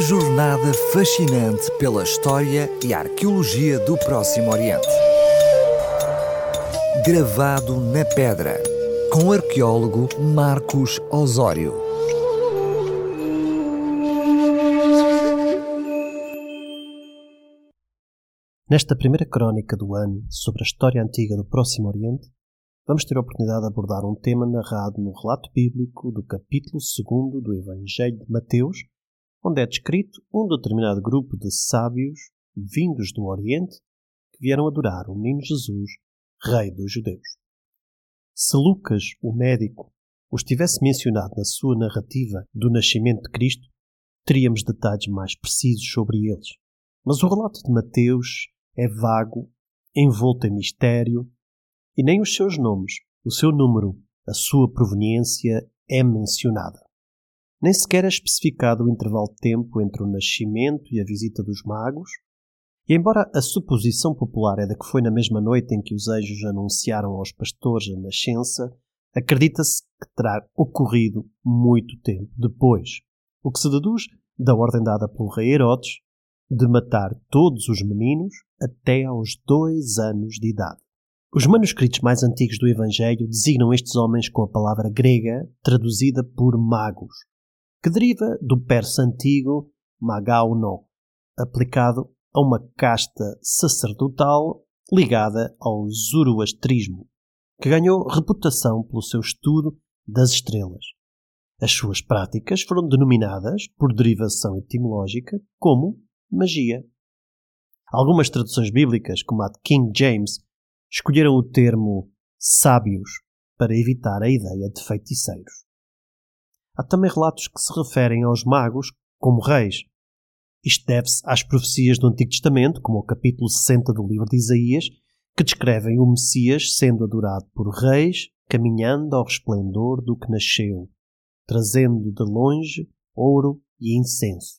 jornada fascinante pela história e arqueologia do Próximo Oriente. Gravado na Pedra, com o arqueólogo Marcos Osório. Nesta primeira crónica do ano sobre a história antiga do Próximo Oriente, vamos ter a oportunidade de abordar um tema narrado no relato bíblico do capítulo 2 do Evangelho de Mateus, onde é descrito um determinado grupo de sábios vindos do Oriente que vieram adorar o menino Jesus, Rei dos Judeus. Se Lucas, o médico, os tivesse mencionado na sua narrativa do nascimento de Cristo, teríamos detalhes mais precisos sobre eles. Mas o relato de Mateus é vago, envolto em mistério, e nem os seus nomes, o seu número, a sua proveniência é mencionada. Nem sequer é especificado o intervalo de tempo entre o nascimento e a visita dos magos, e embora a suposição popular é de que foi na mesma noite em que os anjos anunciaram aos pastores a nascença, acredita-se que terá ocorrido muito tempo depois, o que se deduz da ordem dada pelo rei Herodes de matar todos os meninos até aos 2 anos de idade. Os manuscritos mais antigos do Evangelho designam estes homens com a palavra grega traduzida por magos, que deriva do persa antigo magauno, aplicado a uma casta sacerdotal ligada ao zoroastrismo, que ganhou reputação pelo seu estudo das estrelas. As suas práticas foram denominadas, por derivação etimológica, como magia. Algumas traduções bíblicas, como a de King James, escolheram o termo sábios para evitar a ideia de feiticeiros. Há também relatos que se referem aos magos como reis. Isto deve-se às profecias do Antigo Testamento, como o capítulo 60 do livro de Isaías, que descrevem o Messias sendo adorado por reis, caminhando ao resplendor do que nasceu, trazendo de longe ouro e incenso.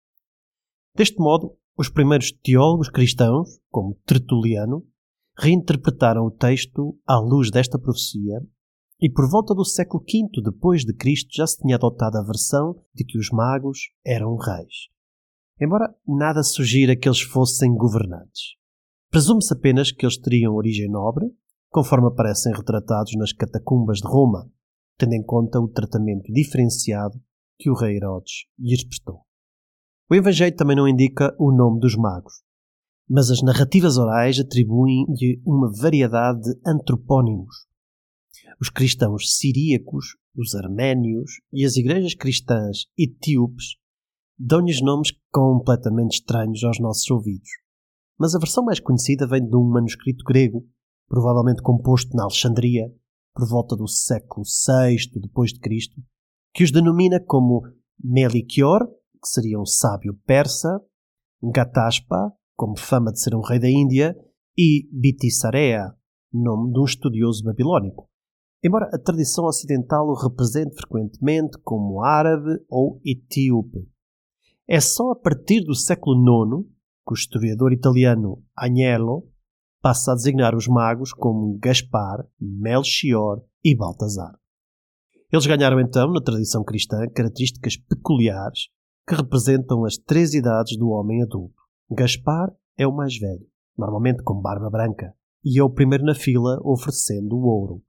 Deste modo, os primeiros teólogos cristãos, como Tertuliano, reinterpretaram o texto à luz desta profecia e por volta do século V depois de Cristo já se tinha adotado a versão de que os magos eram reis. Embora nada sugira que eles fossem governantes. Presume-se apenas que eles teriam origem nobre, conforme aparecem retratados nas catacumbas de Roma, tendo em conta o tratamento diferenciado que o rei Herodes lhes prestou. O Evangelho também não indica o nome dos magos, mas as narrativas orais atribuem-lhe uma variedade de antropónimos. Os cristãos siríacos, os arménios e as igrejas cristãs etíopes dão-lhes nomes completamente estranhos aos nossos ouvidos. Mas a versão mais conhecida vem de um manuscrito grego, provavelmente composto na Alexandria, por volta do século VI depois de Cristo, que os denomina como Meliquior, que seria um sábio persa, Gataspa, como fama de ser um rei da Índia, e Bitisarea, nome de um estudioso babilónico, embora a tradição ocidental o represente frequentemente como árabe ou etíope. É só a partir do século IX que o historiador italiano Agnello passa a designar os magos como Gaspar, Melchior e Baltazar. Eles ganharam então, na tradição cristã, características peculiares que representam as 3 idades do homem adulto. Gaspar é o mais velho, normalmente com barba branca, e é o primeiro na fila oferecendo o ouro.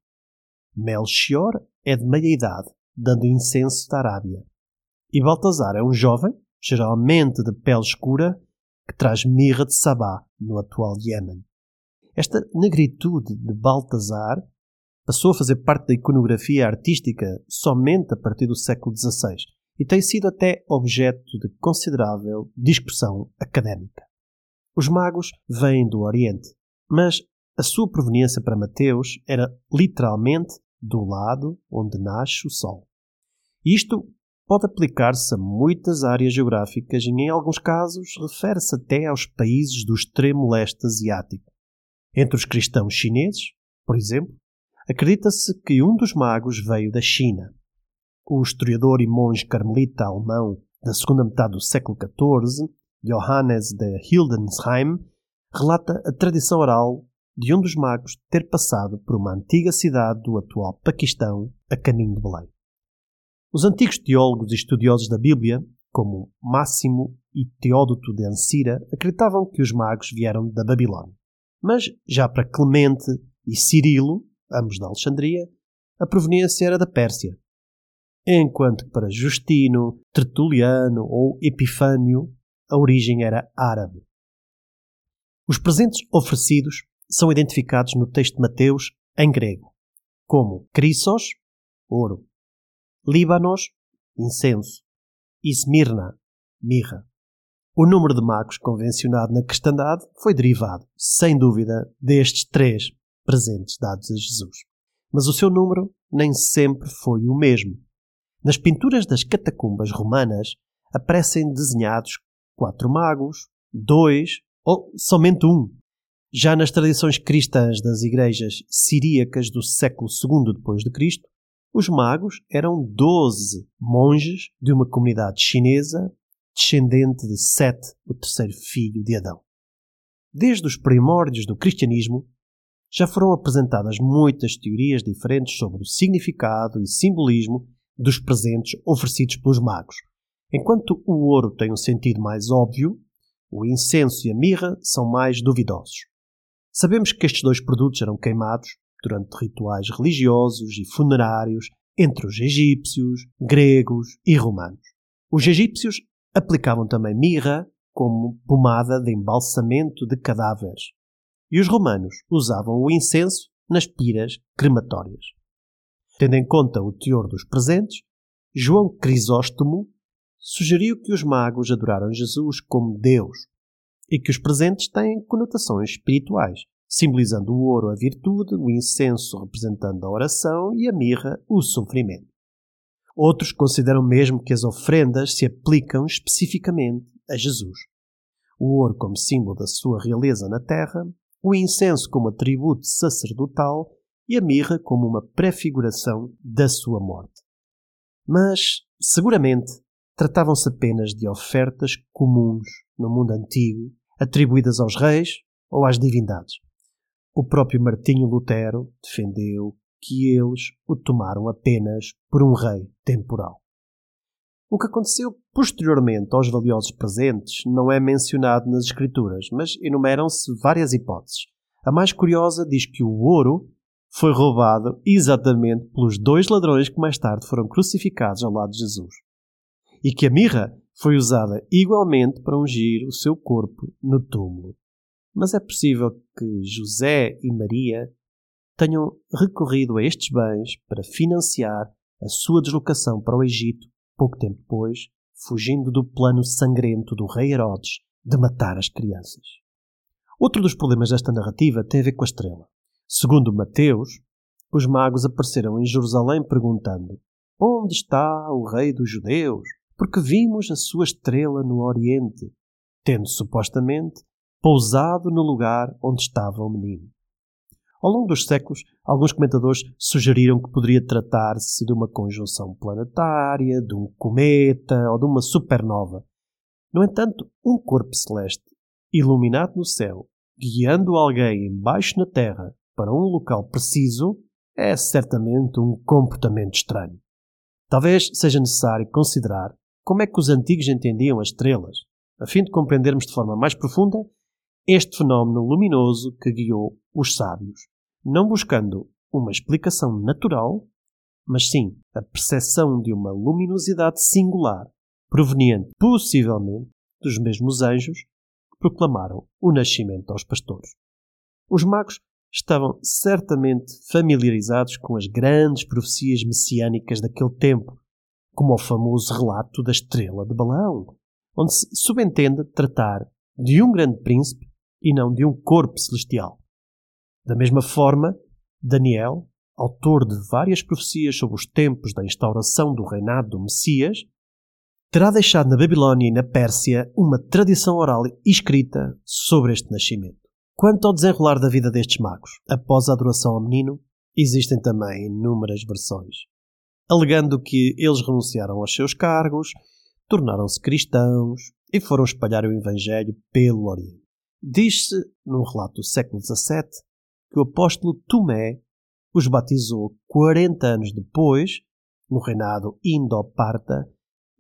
Melchior é de meia-idade, dando incenso da Arábia. E Baltazar é um jovem, geralmente de pele escura, que traz mirra de Sabá, no atual Iêmen. Esta negritude de Baltazar passou a fazer parte da iconografia artística somente a partir do século XVI e tem sido até objeto de considerável discussão académica. Os magos vêm do Oriente, mas a sua proveniência para Mateus era literalmente do lado onde nasce o Sol. E isto pode aplicar-se a muitas áreas geográficas e, em alguns casos, refere-se até aos países do extremo leste asiático. Entre os cristãos chineses, por exemplo, acredita-se que um dos magos veio da China. O historiador e monge carmelita alemão da segunda metade do século XIV, Johannes de Hildesheim, relata a tradição oral de um dos magos ter passado por uma antiga cidade do atual Paquistão a caminho de Belém. Os antigos teólogos e estudiosos da Bíblia como Máximo e Teódoto de Ancira, acreditavam que os magos vieram da Babilónia. Mas já para Clemente e Cirilo, ambos da Alexandria, a proveniência era da Pérsia, enquanto que para Justino, Tertuliano ou Epifânio a origem era árabe. Os presentes oferecidos são identificados no texto de Mateus em grego, como Crissos, ouro, Líbanos, incenso, e Esmirna, mirra. O número de magos convencionado na cristandade foi derivado, sem dúvida, destes 3 presentes dados a Jesus. Mas o seu número nem sempre foi o mesmo. Nas pinturas das catacumbas romanas aparecem desenhados 4 magos, 2 ou somente 1. Já nas tradições cristãs das igrejas siríacas do século II d.C., os magos eram 12 monges de uma comunidade chinesa descendente de Sete, o terceiro filho de Adão. Desde os primórdios do cristianismo, já foram apresentadas muitas teorias diferentes sobre o significado e simbolismo dos presentes oferecidos pelos magos. Enquanto o ouro tem um sentido mais óbvio, o incenso e a mirra são mais duvidosos. Sabemos que estes 2 produtos eram queimados durante rituais religiosos e funerários entre os egípcios, gregos e romanos. Os egípcios aplicavam também mirra como pomada de embalsamento de cadáveres, e os romanos usavam o incenso nas piras crematórias. Tendo em conta o teor dos presentes, João Crisóstomo sugeriu que os magos adoraram Jesus como Deus e que os presentes têm conotações espirituais, simbolizando o ouro a virtude, o incenso representando a oração e a mirra o sofrimento. Outros consideram mesmo que as ofrendas se aplicam especificamente a Jesus. O ouro como símbolo da sua realeza na terra, o incenso como atributo sacerdotal e a mirra como uma prefiguração da sua morte. Mas, seguramente, tratavam-se apenas de ofertas comuns no mundo antigo, atribuídas aos reis ou às divindades. O próprio Martinho Lutero defendeu que eles o tomaram apenas por um rei temporal. O que aconteceu posteriormente aos valiosos presentes não é mencionado nas Escrituras, mas enumeram-se várias hipóteses. A mais curiosa diz que o ouro foi roubado exatamente pelos 2 ladrões que mais tarde foram crucificados ao lado de Jesus, e que a mirra foi usada igualmente para ungir o seu corpo no túmulo. Mas é possível que José e Maria tenham recorrido a estes bens para financiar a sua deslocação para o Egito, pouco tempo depois, fugindo do plano sangrento do rei Herodes de matar as crianças. Outro dos problemas desta narrativa tem a ver com a estrela. Segundo Mateus, os magos apareceram em Jerusalém perguntando: "Onde está o rei dos judeus? Porque vimos a sua estrela no Oriente", tendo supostamente pousado no lugar onde estava o menino. Ao longo dos séculos, alguns comentadores sugeriram que poderia tratar-se de uma conjunção planetária, de um cometa ou de uma supernova. No entanto, um corpo celeste, iluminado no céu, guiando alguém embaixo na Terra para um local preciso, é certamente um comportamento estranho. Talvez seja necessário considerar como é que os antigos entendiam as estrelas, a fim de compreendermos de forma mais profunda este fenómeno luminoso que guiou os sábios, não buscando uma explicação natural, mas sim a percepção de uma luminosidade singular, proveniente possivelmente dos mesmos anjos que proclamaram o nascimento aos pastores. Os magos estavam certamente familiarizados com as grandes profecias messiânicas daquele tempo, como o famoso relato da estrela de Balaão, onde se subentende tratar de um grande príncipe e não de um corpo celestial. Da mesma forma, Daniel, autor de várias profecias sobre os tempos da instauração do reinado do Messias, terá deixado na Babilónia e na Pérsia uma tradição oral escrita sobre este nascimento. Quanto ao desenrolar da vida destes magos, após a adoração ao menino, existem também inúmeras versões, alegando que eles renunciaram aos seus cargos, tornaram-se cristãos e foram espalhar o Evangelho pelo Oriente. Diz-se, num relato do século XVII, que o apóstolo Tomé os batizou 40 anos depois, no reinado Indo-Parta,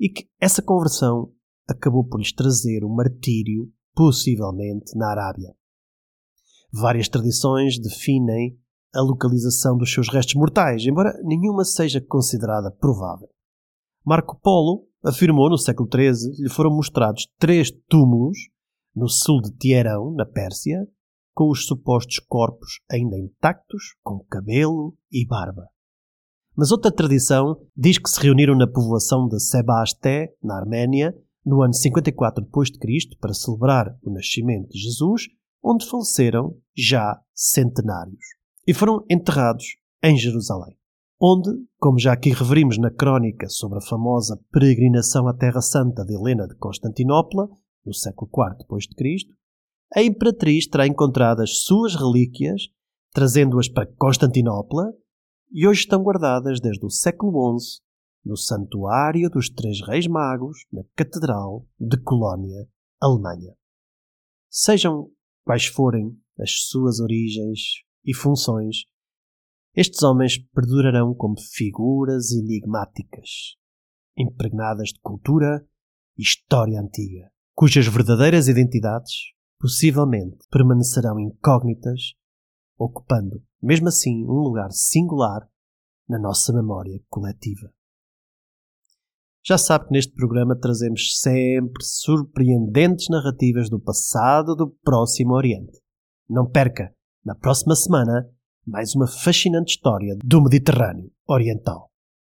e que essa conversão acabou por lhes trazer o martírio, possivelmente na Arábia. Várias tradições definem a localização dos seus restos mortais, embora nenhuma seja considerada provável. Marco Polo afirmou no século XIII que lhe foram mostrados 3 túmulos no sul de Teherão, na Pérsia, com os supostos corpos ainda intactos, com cabelo e barba. Mas outra tradição diz que se reuniram na povoação de Sebasté, na Arménia, no ano 54 d.C., para celebrar o nascimento de Jesus, onde faleceram já centenários. E foram enterrados em Jerusalém, onde, como já aqui referimos na crónica sobre a famosa peregrinação à Terra Santa de Helena de Constantinopla, no século IV d.C., a imperatriz terá encontrado as suas relíquias, trazendo-as para Constantinopla, e hoje estão guardadas desde o século XI no Santuário dos Três Reis Magos, na Catedral de Colónia, Alemanha. Sejam quais forem as suas origens e funções, estes homens perdurarão como figuras enigmáticas, impregnadas de cultura e história antiga, cujas verdadeiras identidades possivelmente permanecerão incógnitas, ocupando, mesmo assim, um lugar singular na nossa memória coletiva. Já sabe que neste programa trazemos sempre surpreendentes narrativas do passado do Próximo Oriente. Não perca, na próxima semana, mais uma fascinante história do Mediterrâneo Oriental.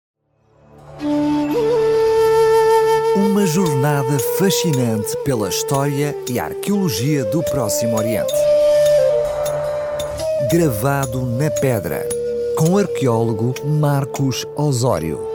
Uma jornada fascinante pela história e arqueologia do Próximo Oriente. Gravado na pedra, com o arqueólogo Marcos Osório.